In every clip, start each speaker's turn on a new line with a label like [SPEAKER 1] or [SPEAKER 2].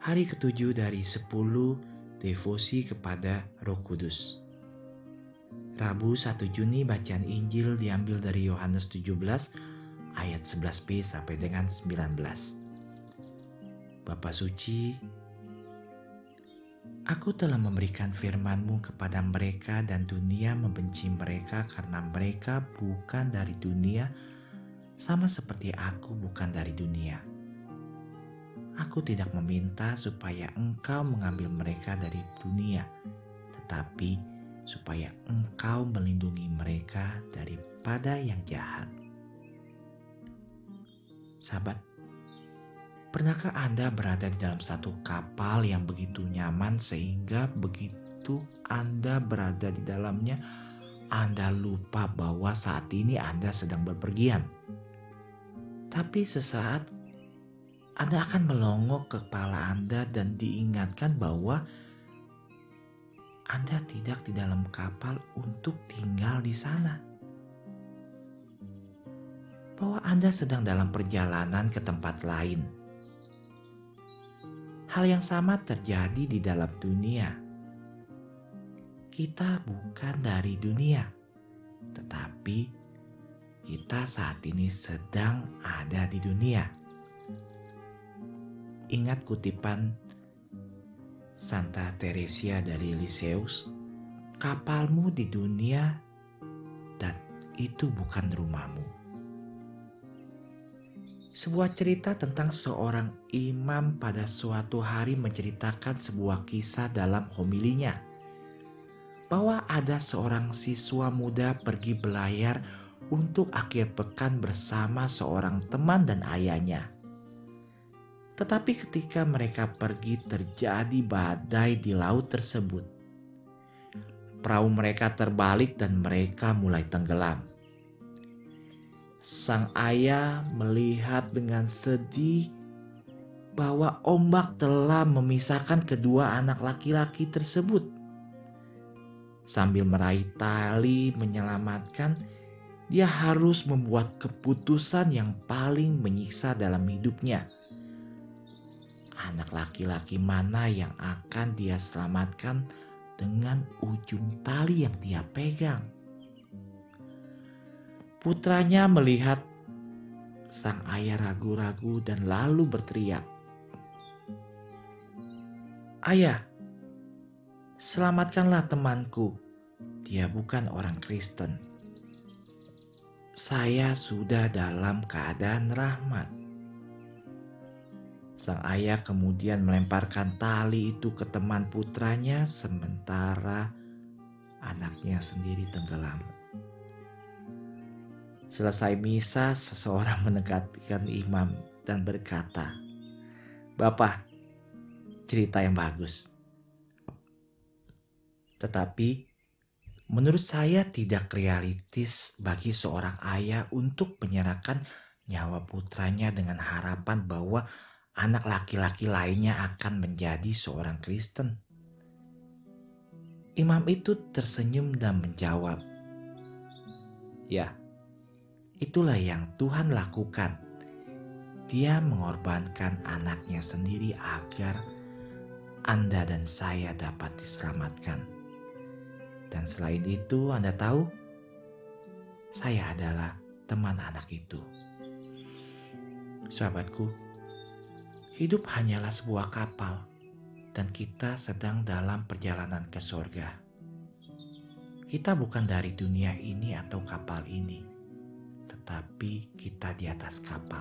[SPEAKER 1] Hari ketujuh dari 10 devosi kepada Roh Kudus. Rabu 1 Juni bacaan Injil diambil dari Yohanes 17 ayat 11b sampai dengan 19. Bapa Suci, Aku telah memberikan firman-Mu kepada mereka dan dunia membenci mereka karena mereka bukan dari dunia, sama seperti Aku bukan dari dunia. Aku tidak meminta supaya Engkau mengambil mereka dari dunia, tetapi supaya Engkau melindungi mereka daripada yang jahat. Sahabat, pernahkah Anda berada di dalam satu kapal yang begitu nyaman sehingga begitu Anda berada di dalamnya, Anda lupa bahwa saat ini Anda sedang bepergian? Tapi sesaat Anda akan melongok ke kepala Anda dan diingatkan bahwa Anda tidak di dalam kapal untuk tinggal di sana. Bahwa Anda sedang dalam perjalanan ke tempat lain. Hal yang sama terjadi di dalam dunia. Kita bukan dari dunia, tetapi kita saat ini sedang ada di dunia. Ingat kutipan Santa Teresia dari Lisieux, kapalmu di dunia dan itu bukan rumahmu. Sebuah cerita tentang seorang imam pada suatu hari menceritakan sebuah kisah dalam homilinya, bahwa ada seorang siswa muda pergi belayar untuk akhir pekan bersama seorang teman dan ayahnya. Tetapi ketika mereka pergi terjadi badai di laut tersebut. Perahu mereka terbalik dan mereka mulai tenggelam. Sang ayah melihat dengan sedih bahwa ombak telah memisahkan kedua anak laki-laki tersebut. Sambil meraih tali menyelamatkan, dia harus membuat keputusan yang paling menyiksa dalam hidupnya. Anak laki-laki mana yang akan dia selamatkan dengan ujung tali yang dia pegang? Putranya melihat sang ayah ragu-ragu dan lalu berteriak, "Ayah, selamatkanlah temanku. Dia bukan orang Kristen. Saya sudah dalam keadaan rahmat." Sang ayah kemudian melemparkan tali itu ke teman putranya sementara anaknya sendiri tenggelam. Selesai misa, seseorang mendekatkan imam dan berkata, "Bapak, cerita yang bagus. Tetapi menurut saya tidak realistis bagi seorang ayah untuk menyerahkan nyawa putranya dengan harapan bahwa anak laki-laki lainnya akan menjadi seorang Kristen." Imam itu tersenyum dan menjawab, "Ya, itulah yang Tuhan lakukan. Dia mengorbankan anaknya sendiri agar Anda dan saya dapat diselamatkan. Dan selain itu, Anda tahu, saya adalah teman anak itu." Sahabatku, hidup hanyalah sebuah kapal dan kita sedang dalam perjalanan ke surga. Kita bukan dari dunia ini atau kapal ini, tetapi kita di atas kapal.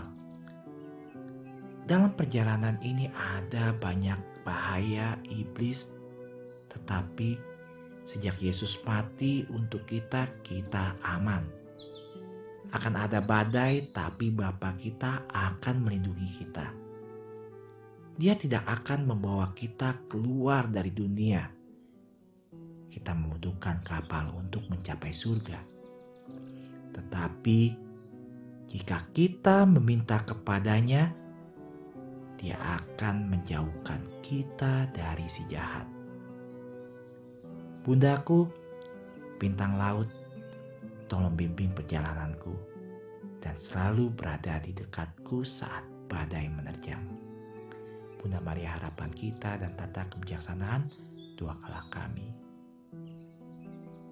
[SPEAKER 1] Dalam perjalanan ini ada banyak bahaya iblis, tetapi sejak Yesus mati untuk kita, kita aman. Akan ada badai, tapi Bapa kita akan melindungi kita. Dia tidak akan membawa kita keluar dari dunia. Kita membutuhkan kapal untuk mencapai surga. Tetapi jika kita meminta kepadanya, Dia akan menjauhkan kita dari si jahat. Bundaku, bintang laut, tolong bimbing perjalananku dan selalu berada di dekatku saat badai menerjang. Bunda Maria harapan kita dan tata kebijaksanaan, doakanlah kami.